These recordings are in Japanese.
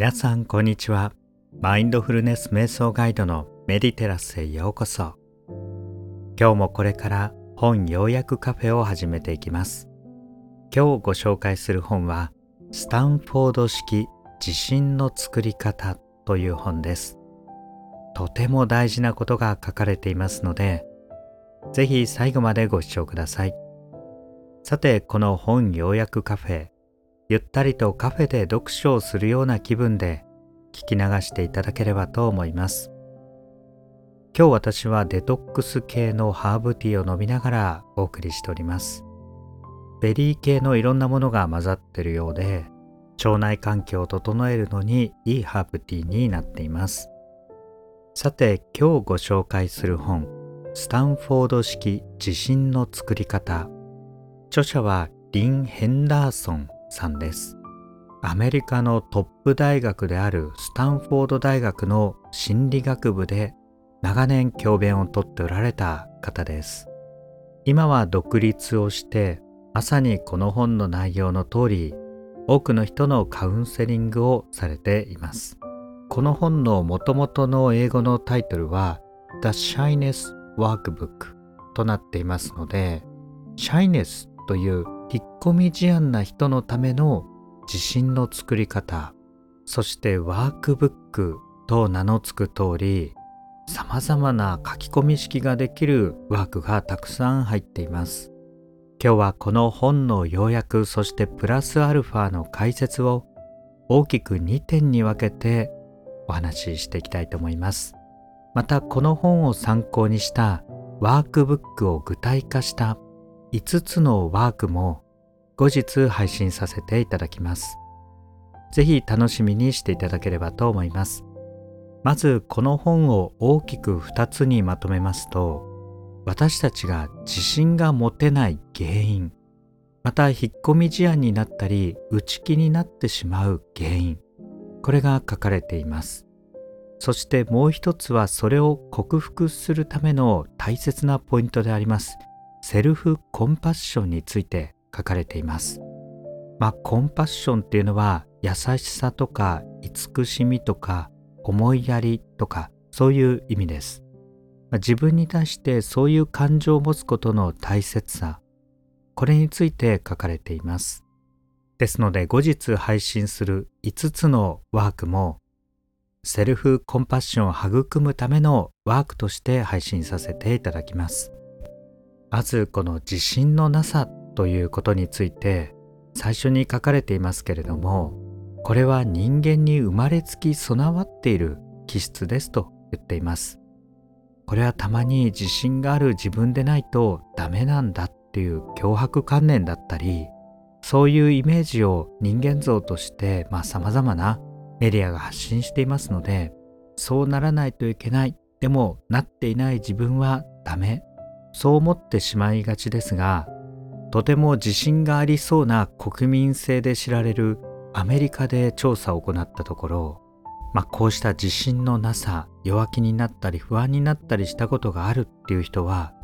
皆さんこんにちは。マインドフルネス瞑想ガイドのメディテラスへようこそ。今日もこれから本要約カフェを始めていきます。今日ご紹介する本はスタンフォード式自信の作り方という本です。とても大事なことが書かれていますので、ぜひ最後までご視聴ください。さて、この本要約カフェ、ゆったりとカフェで読書をするような気分で聞き流していただければと思います。今日私はデトックス系のハーブティーを飲みながらお送りしております。ベリー系のいろんなものが混ざっているようで、腸内環境を整えるのにいいハーブティーになっています。さて、今日ご紹介する本、スタンフォード式自信の作り方。著者はリン・ヘンダーソンさんです。アメリカのトップ大学であるスタンフォード大学の心理学部で長年教鞭をとっておられた方です。今は独立をして、まさにこの本の内容の通り、多くの人のカウンセリングをされています。この本の元々の英語のタイトルは The Shyness Workbook となっていますので、シャイネスという引っ込み思案な人のための自信の作り方、そしてワークブックと名の付く通り、様々な書き込み式ができるワークがたくさん入っています。今日はこの本の要約、そしてプラスアルファの解説を大きく2点に分けてお話ししていきたいと思います。またこの本を参考にしたワークブックを具体化した5つのワークも後日配信させていただきます。ぜひ楽しみにしていただければと思います。まずこの本を大きく2つにまとめますと、私たちが自信が持てない原因、また引っ込み思案になったり内気になってしまう原因、これが書かれています。そしてもう一つはそれを克服するための大切なポイントでありますセルフコンパッションについて書かれています。コンパッションっていうのは優しさとか慈しみとか思いやりとかそういう意味です。自分に対してそういう感情を持つことの大切さ、これについて書かれています。ですので後日配信する5つのワークもセルフコンパッションを育むためのワークとして配信させていただきます。まずこの自信のなさということについて最初に書かれていますけれども、これは人間に生まれつき備わっている気質ですと言っています。これはたまに自信がある自分でないとダメなんだっていう強迫観念だったり、そういうイメージを人間像として様々なメディアが発信していますので、そうならないといけない、でもなっていない自分はダメ、そう思ってしまいがちですが、とても自信がありそうな国民性で知られるアメリカで調査を行ったところ、こうした自信のなさ、弱気になったり不安になったりしたことがあるっていう人は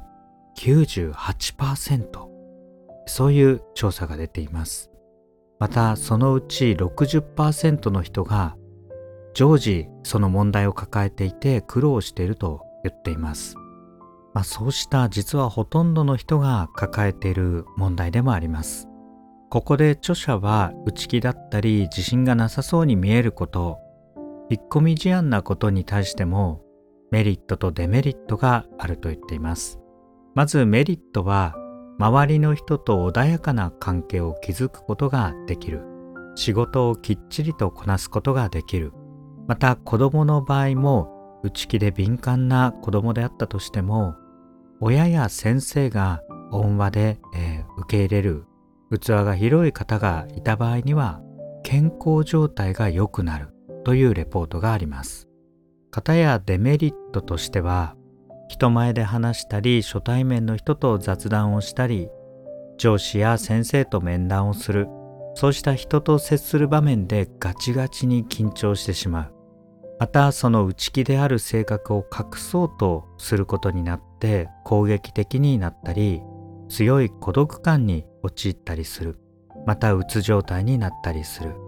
98%、そういう調査が出ています。またそのうち 60% の人が常時その問題を抱えていて苦労していると言っています。そうした実はほとんどの人が抱えている問題でもあります。ここで著者は内気だったり自信がなさそうに見えること、引っ込み思案なことに対してもメリットとデメリットがあると言っています。まずメリットは周りの人と穏やかな関係を築くことができる。仕事をきっちりとこなすことができる。また子供の場合も内気で敏感な子供であったとしても、親や先生が温和で、受け入れる器が広い方がいた場合には健康状態が良くなるというレポートがあります。片やデメリットとしては、人前で話したり初対面の人と雑談をしたり、上司や先生と面談をする、そうした人と接する場面でガチガチに緊張してしまう。またその内気である性格を隠そうとすることになって攻撃的になったり、強い孤独感に陥ったりする。またうつ状態になったりする。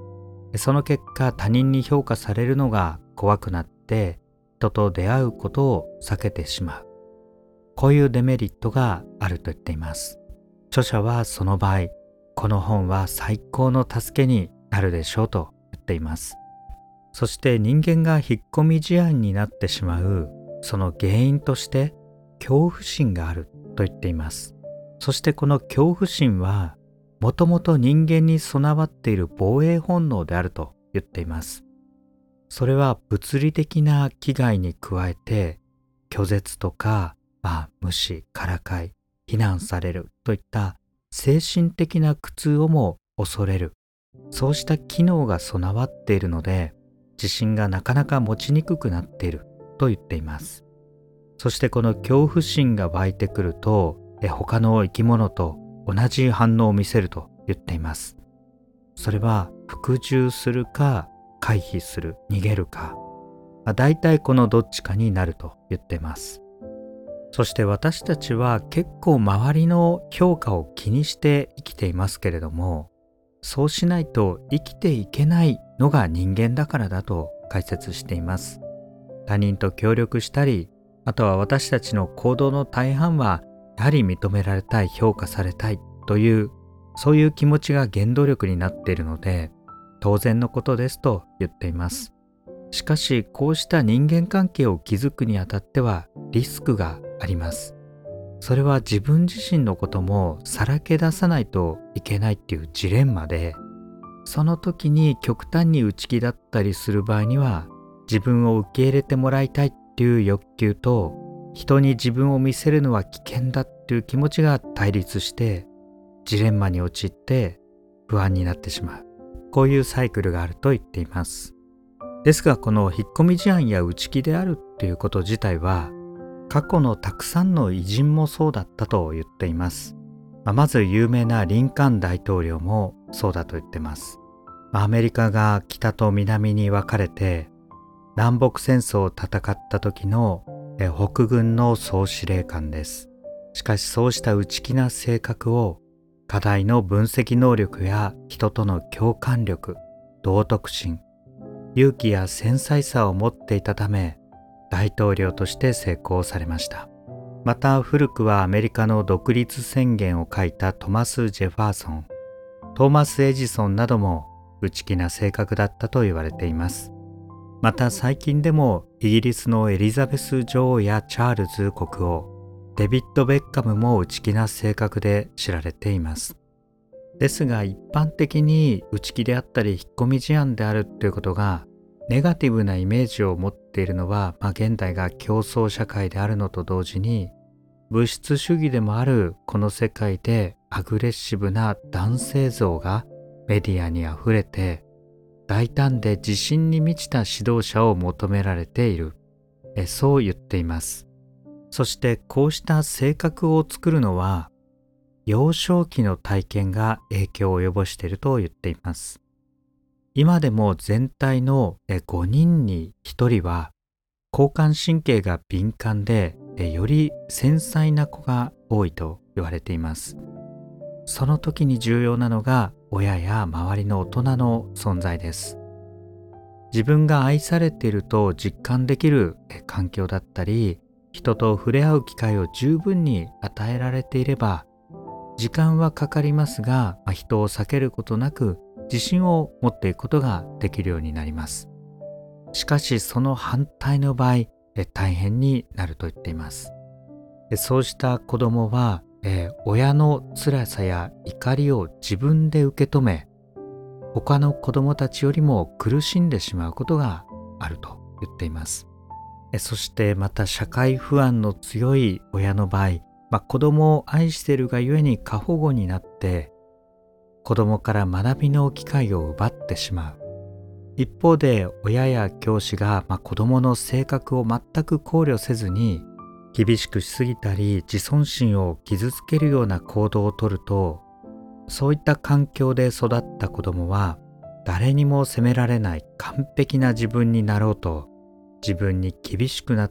その結果他人に評価されるのが怖くなって人と出会うことを避けてしまう。こういうデメリットがあると言っています。著者はその場合、この本は最高の助けになるでしょうと言っています。そして人間が引っ込み思案になってしまうその原因として恐怖心があると言っています。そしてこの恐怖心はもともと人間に備わっている防衛本能であると言っています。それは物理的な危害に加えて拒絶とか、無視、からかい、非難されるといった精神的な苦痛をも恐れる、そうした機能が備わっているので自信がなかなか持ちにくくなっていると言っています。そしてこの恐怖心が湧いてくると他の生き物と同じ反応を見せると言っています。それは服従するか回避する、逃げるか、大体このどっちかになると言っています。そして私たちは結構周りの評価を気にして生きていますけれども、そうしないと生きていけないのが人間だからだと解説しています。他人と協力したり、あとは私たちの行動の大半はやはり認められたい、評価されたいというそういう気持ちが原動力になっているので当然のことですと言っています。しかしこうした人間関係を築くにあたってはリスクがあります。それは自分自身のこともさらけ出さないといけないっていうジレンマで、その時に極端に内気だったりする場合には自分を受け入れてもらいたいっていう欲求と人に自分を見せるのは危険だっていう気持ちが対立してジレンマに陥って不安になってしまう、こういうサイクルがあると言っています。ですがこの引っ込み思案や内気であるっていうこと自体は過去のたくさんの偉人もそうだったと言っています。まず有名なリンカーン大統領もそうだと言ってます。アメリカが北と南に分かれて南北戦争を戦った時の北軍の総司令官です。しかしそうした内気な性格を課題の分析能力や人との共感力、道徳心、勇気や繊細さを持っていたため大統領として成功されました。また古くはアメリカの独立宣言を書いたトマス・ジェファーソン、トーマス・エジソンなども内気な性格だったと言われています。また最近でもイギリスのエリザベス女王やチャールズ国王、デビッド・ベッカムも内気な性格で知られています。ですが一般的に内気であったり引っ込み思案であるということがネガティブなイメージを持っているのは、現代が競争社会であるのと同時に物質主義でもあるこの世界でアグレッシブな男性像がメディアにあふれて大胆で自信に満ちた指導者を求められている、そう言っています。そしてこうした性格を作るのは幼少期の体験が影響を及ぼしていると言っています。今でも全体の5人に1人は交感神経が敏感でより繊細な子が多いと言われています。その時に重要なのが親や周りの大人の存在です。自分が愛されていると実感できる環境だったり、人と触れ合う機会を十分に与えられていれば、時間はかかりますが、人を避けることなく自信を持っていくことができるようになります。しかしその反対の場合、大変になると言っています。そうした子供は、親の辛さや怒りを自分で受け止め、他の子供たちよりも苦しんでしまうことがあると言っています。そしてまた社会不安の強い親の場合、子供を愛しているがゆえに過保護になって子供から学びの機会を奪ってしまう。一方で親や教師が、子供の性格を全く考慮せずに厳しくしすぎたり自尊心を傷つけるような行動をとると、そういった環境で育った子供は誰にも責められない完璧な自分になろうと自分に厳しくなって、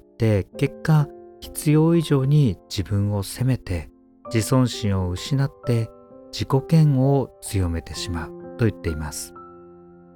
結果必要以上に自分を責めて自尊心を失って自己嫌悪を強めてしまうと言っています。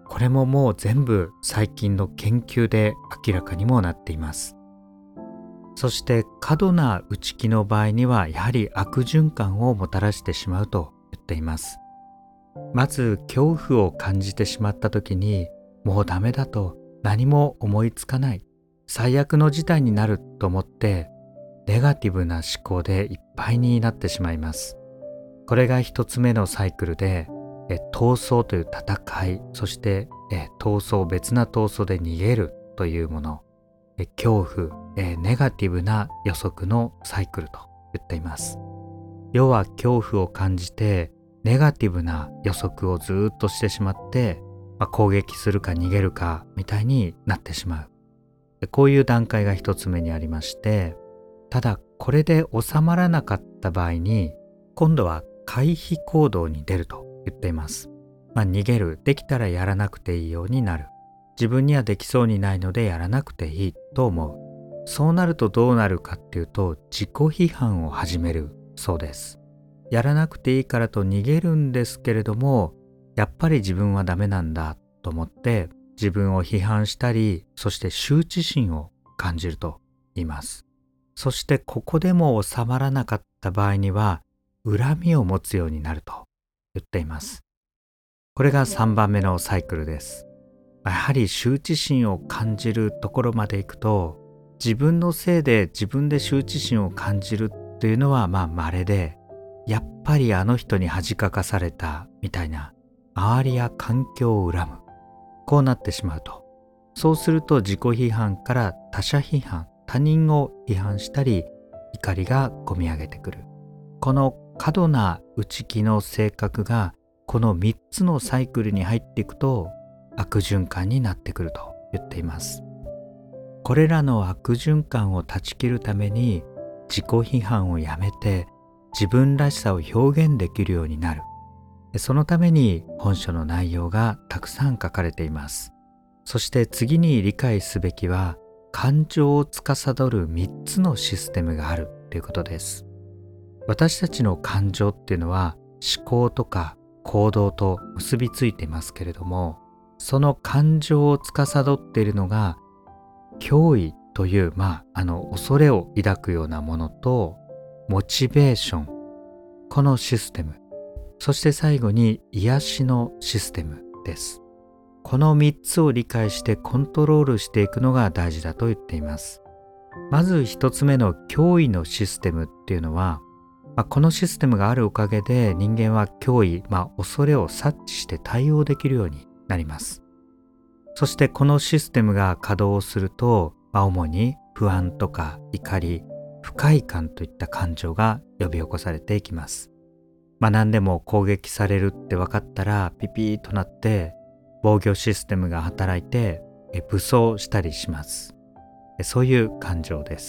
これももう全部最近の研究で明らかにもなっています。そして過度な内気の場合にはやはり悪循環をもたらしてしまうと言っています。まず恐怖を感じてしまった時に、もうダメだと、何も思いつかない、最悪の事態になると思ってネガティブな思考でいっぱいになってしまいます。これが一つ目のサイクルで、闘争という戦い、そして別な闘争で逃げるというもの、恐怖、ネガティブな予測のサイクルと言っています。要は恐怖を感じてネガティブな予測をずっとしてしまって、攻撃するか逃げるかみたいになってしまう。こういう段階が一つ目にありまして、ただこれで収まらなかった場合に、今度は回避行動に出ると言っています。逃げる、できたらやらなくていいようになる。自分にはできそうにないのでやらなくていいと思う。そうなるとどうなるかっていうと、自己批判を始めるそうです。やらなくていいからと逃げるんですけれども、やっぱり自分はダメなんだと思って自分を批判したり、そして羞恥心を感じると言います。そしてここでも収まらなかった場合には恨みを持つようになると言っています。これが3番目のサイクルです。やはり羞恥心を感じるところまでいくと、自分のせいで自分で羞恥心を感じるっていうのは稀で、やっぱりあの人に恥かかされたみたいな、周りや環境を恨む、こうなってしまうと、そうすると自己批判から他者批判、他人を批判したり、怒りがこみ上げてくる。この過度な内気の性格がこの3つのサイクルに入っていくと悪循環になってくると言っています。これらの悪循環を断ち切るために、自己批判をやめて自分らしさを表現できるようになる。そのために本書の内容がたくさん書かれています。そして次に理解すべきは、感情を司る3つのシステムがあるということです。私たちの感情っていうのは思考とか行動と結びついていますけれども、その感情を司っているのが脅威という、恐れを抱くようなものと、モチベーション、このシステム、そして最後に癒しのシステムです。この3つを理解してコントロールしていくのが大事だと言っています。まず1つ目の脅威のシステムっていうのは、このシステムがあるおかげで人間は脅威、恐れを察知して対応できるようになります。そしてこのシステムが稼働すると、主に不安とか怒り、不快感といった感情が呼び起こされていきます。何でも攻撃されるって分かったらピピーとなって防御システムが働いて武装したりします。そういう感情です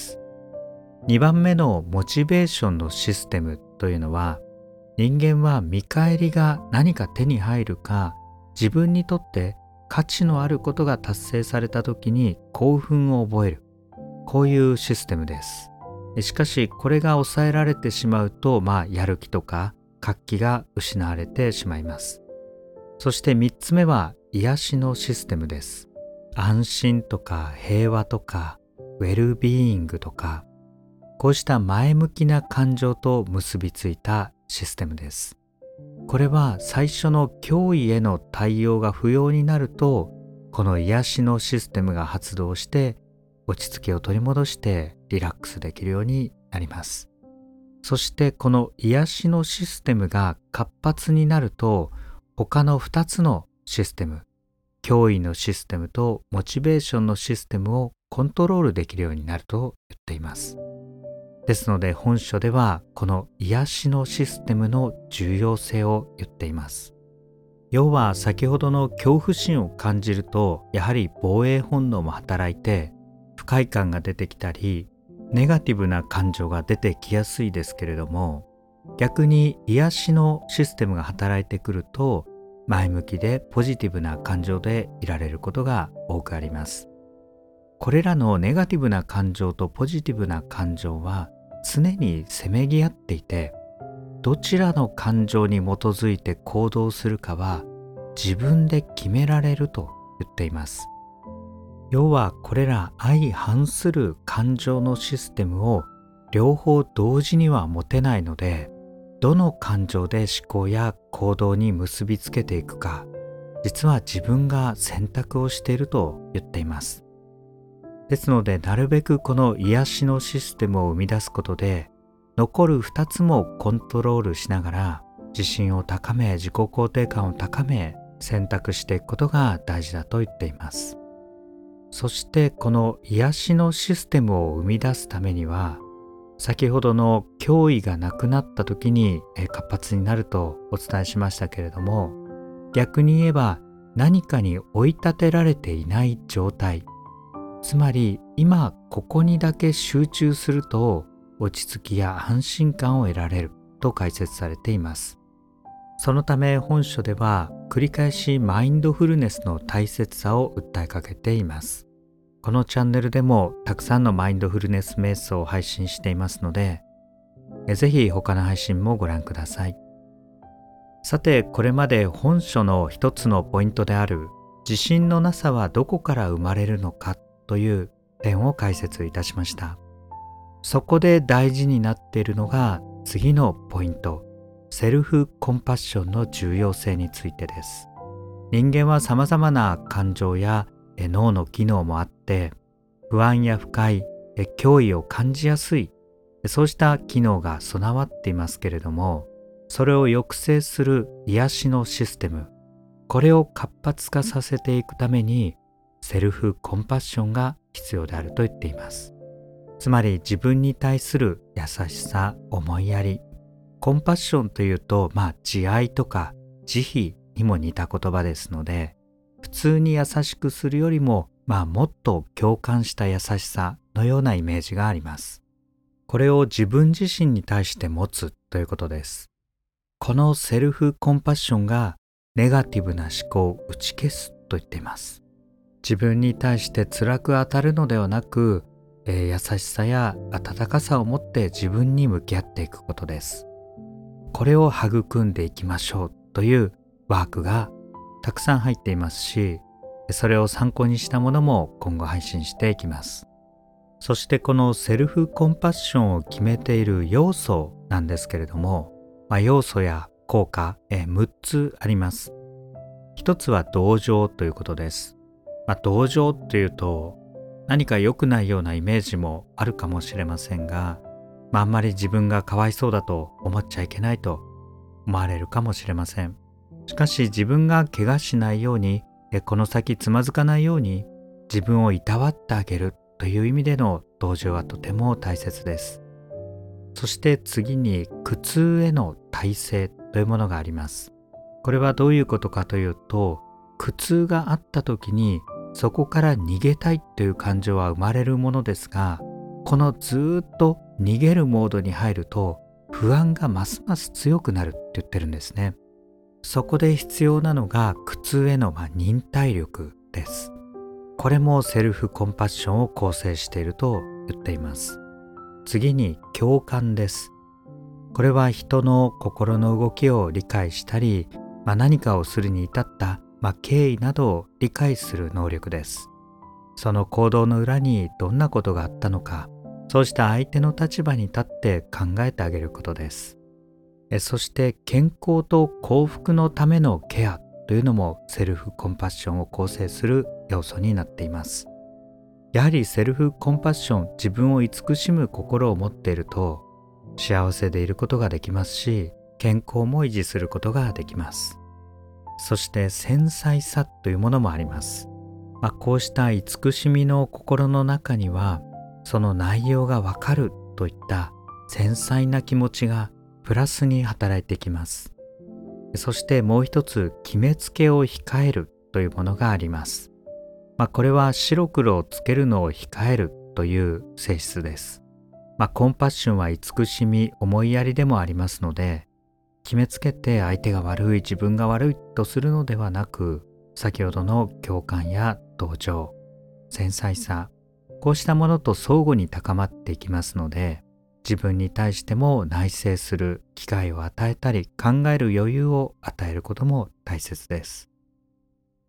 。2番目のモチベーションのシステムというのは、人間は見返りが何か手に入るか、自分にとって価値のあることが達成された時に興奮を覚える、こういうシステムです。しかしこれが抑えられてしまうと、やる気とか活気が失われてしまいます。そして3つ目は癒しのシステムです。安心とか平和とかウェルビーイングとか、こうした前向きな感情と結びついたシステムです。これは最初の脅威への対応が不要になると、この癒しのシステムが発動して落ち着きを取り戻してリラックスできるようになります。そしてこの癒しのシステムが活発になると、他の2つのシステム、脅威のシステムとモチベーションのシステムをコントロールできるようになると言っています。ですので本書ではこの癒しのシステムの重要性を言っています。要は先ほどの恐怖心を感じると、やはり防衛本能も働いて不快感が出てきたり、ネガティブな感情が出てきやすいですけれども、逆に癒しのシステムが働いてくると、前向きでポジティブな感情でいられることが多くあります。これらのネガティブな感情とポジティブな感情は常にせめぎ合っていて、どちらの感情に基づいて行動するかは自分で決められると言っています。要はこれら相反する感情のシステムを両方同時には持てないので、どの感情で思考や行動に結びつけていくか、実は自分が選択をしていると言っています。ですので、なるべくこの癒しのシステムを生み出すことで、残る2つもコントロールしながら、自信を高め、自己肯定感を高め、選択していくことが大事だと言っています。そしてこの癒しのシステムを生み出すためには、先ほどの脅威がなくなった時に活発になるとお伝えしましたけれども、逆に言えば何かに追い立てられていない状態、つまり今ここにだけ集中すると落ち着きや安心感を得られると解説されています。そのため本書では繰り返しマインドフルネスの大切さを訴えかけています。このチャンネルでもたくさんのマインドフルネス瞑想を配信していますので、ぜひ他の配信もご覧ください。さて、これまで本書の一つのポイントである自信のなさはどこから生まれるのかという点を解説いたしました。そこで大事になっているのが次のポイント、セルフコンパッションの重要性についてです。人間は様々な感情や脳の機能もあって、不安や不快、脅威を感じやすい、そうした機能が備わっていますけれども、それを抑制する癒しのシステム、これを活発化させていくためにセルフコンパッションが必要であると言っています。つまり自分に対する優しさ、思いやり、コンパッションというと慈愛とか慈悲にも似た言葉ですので、普通に優しくするよりももっと共感した優しさのようなイメージがあります。これを自分自身に対して持つということです。このセルフコンパッションがネガティブな思考を打ち消すと言っています。自分に対して辛く当たるのではなく、優しさや温かさを持って自分に向き合っていくことです。これを育んでいきましょうというワークがたくさん入っていますし、それを参考にしたものも今後配信していきます。そしてこのセルフコンパッションを決めている要素なんですけれども、要素や効果6つあります。一つは同情ということです。同情っていうと何か良くないようなイメージもあるかもしれませんが、あんまり自分がかわいそうだと思っちゃいけないと思われるかもしれません。しかし自分が怪我しないように、この先つまずかないように自分をいたわってあげるという意味での同情はとても大切です。そして次に苦痛への耐性というものがあります。これはどういうことかというと、苦痛があった時にそこから逃げたいという感情は生まれるものですが、このずっと逃げるモードに入ると不安がますます強くなるって言ってるんですね。そこで必要なのが苦痛への忍耐力です。これもセルフコンパッションを構成していると言っています。次に共感です。これは人の心の動きを理解したり、何かをするに至った経緯などを理解する能力です。その行動の裏にどんなことがあったのか、そうした相手の立場に立って考えてあげることです。そして健康と幸福のためのケアというのもセルフコンパッションを構成する要素になっています。やはりセルフコンパッション、自分を慈しむ心を持っていると幸せでいることができますし、健康も維持することができます。そして繊細さというものもあります。こうした慈しみの心の中には、その内容がわかるといった繊細な気持ちがプラスに働いてきます。そしてもう一つ、決めつけを控えるというものがあります。これは白黒をつけるのを控えるという性質です。コンパッションは慈しみ、思いやりでもありますので、決めつけて相手が悪い、自分が悪いとするのではなく、先ほどの共感や同情、繊細さ、こうしたものと相互に高まっていきますので、自分に対しても内省する機会を与えたり、考える余裕を与えることも大切です。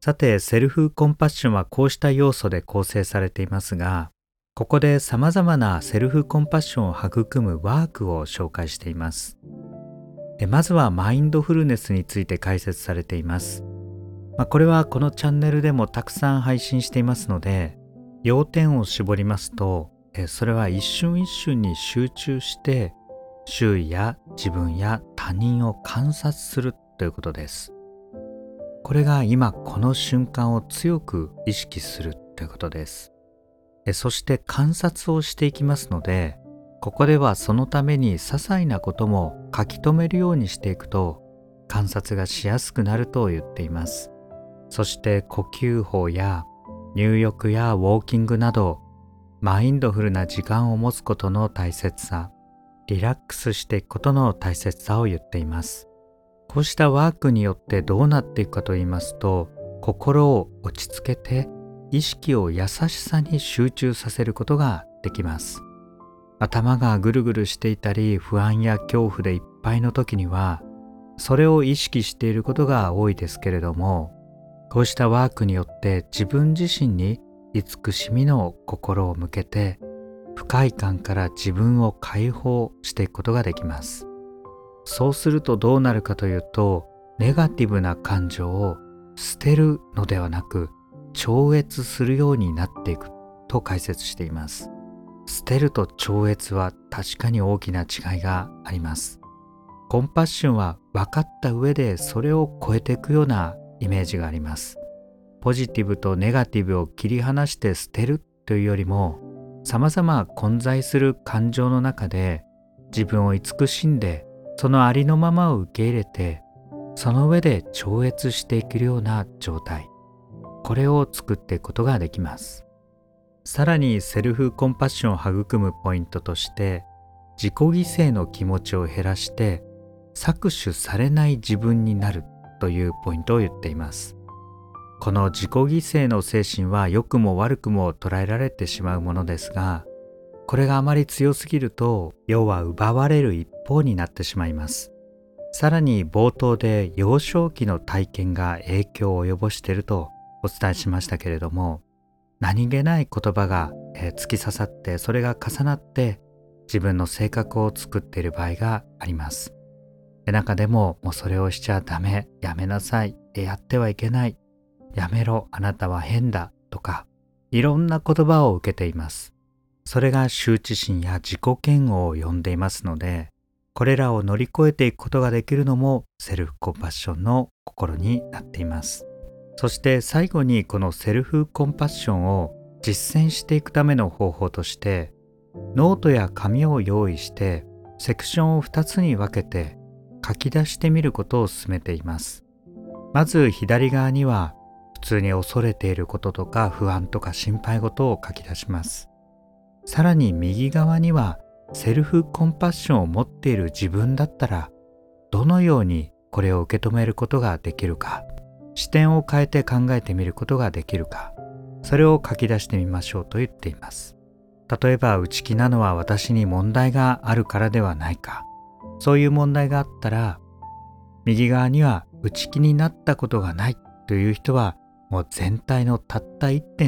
さて、セルフコンパッションはこうした要素で構成されていますが、ここで様々なセルフコンパッションを育むワークを紹介しています。まずはマインドフルネスについて解説されています。これはこのチャンネルでもたくさん配信していますので、要点を絞りますと、それは一瞬一瞬に集中して周囲や自分や他人を観察するということです。これが今この瞬間を強く意識するということです。そして観察をしていきますので、ここではそのために些細なことも書き留めるようにしていくと観察がしやすくなると言っています。そして呼吸法や入浴やウォーキングなどマインドフルな時間を持つことの大切さ、リラックスしていくことの大切さを言っています。こうしたワークによってどうなっていくかと言いますと、心を落ち着けて意識を優しさに集中させることができます。頭がぐるぐるしていたり不安や恐怖でいっぱいの時にはそれを意識していることが多いですけれども、こうしたワークによって自分自身に慈しみの心を向けて不快感から自分を解放していくことができます。そうするとどうなるかというと、ネガティブな感情を捨てるのではなく超越するようになっていくと解説しています。捨てると超越は確かに大きな違いがあります。コンパッションは分かった上でそれを超えていくようなイメージがあります。ポジティブとネガティブを切り離して捨てるというよりも、様々混在する感情の中で自分を慈しんでそのありのままを受け入れて、その上で超越していけるような状態、これを作っていくことができます。さらにセルフコンパッションを育むポイントとして、自己犠牲の気持ちを減らして搾取されない自分になるというポイントを言っています。この自己犠牲の精神は良くも悪くも捉えられてしまうものですが、これがあまり強すぎると要は奪われる一方になってしまいます。さらに冒頭で幼少期の体験が影響を及ぼしているとお伝えしましたけれども、何気ない言葉が突き刺さってそれが重なって自分の性格を作っている場合があります。中でももうそれをしちゃダメ、やめなさい、やってはいけない、やめろ、あなたは変だとかいろんな言葉を受けています。それが羞恥心や自己嫌悪を呼んでいますので、これらを乗り越えていくことができるのもセルフコンパッションの心になっています。そして最後にこのセルフコンパッションを実践していくための方法として、ノートや紙を用意してセクションを2つに分けて書き出してみることを勧めています。まず左側には普通に恐れていることとか不安とか心配事を書き出します。さらに右側にはセルフコンパッションを持っている自分だったらどのようにこれを受け止めることができるか、視点を変えて考えてみることができるか、それを書き出してみましょうと言っています。例えば内気なのは私に問題があるからではないか、そういう問題があったら、右側には内気になったことがないという人はもう全体のたった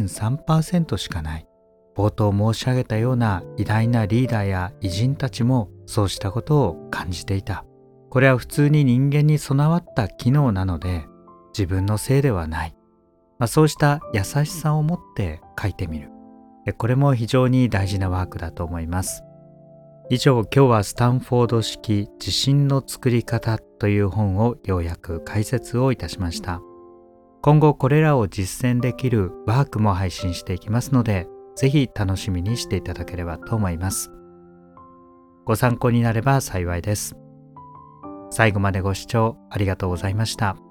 1.3% しかない。冒頭申し上げたような偉大なリーダーや偉人たちもそうしたことを感じていた。これは普通に人間に備わった機能なので自分のせいではない。そうした優しさを持って書いてみる。これも非常に大事なワークだと思います。以上、今日はスタンフォード式自信の作り方という本を要約解説をいたしました。今後これらを実践できるワークも配信していきますので、ぜひ楽しみにしていただければと思います。ご参考になれば幸いです。最後までご視聴ありがとうございました。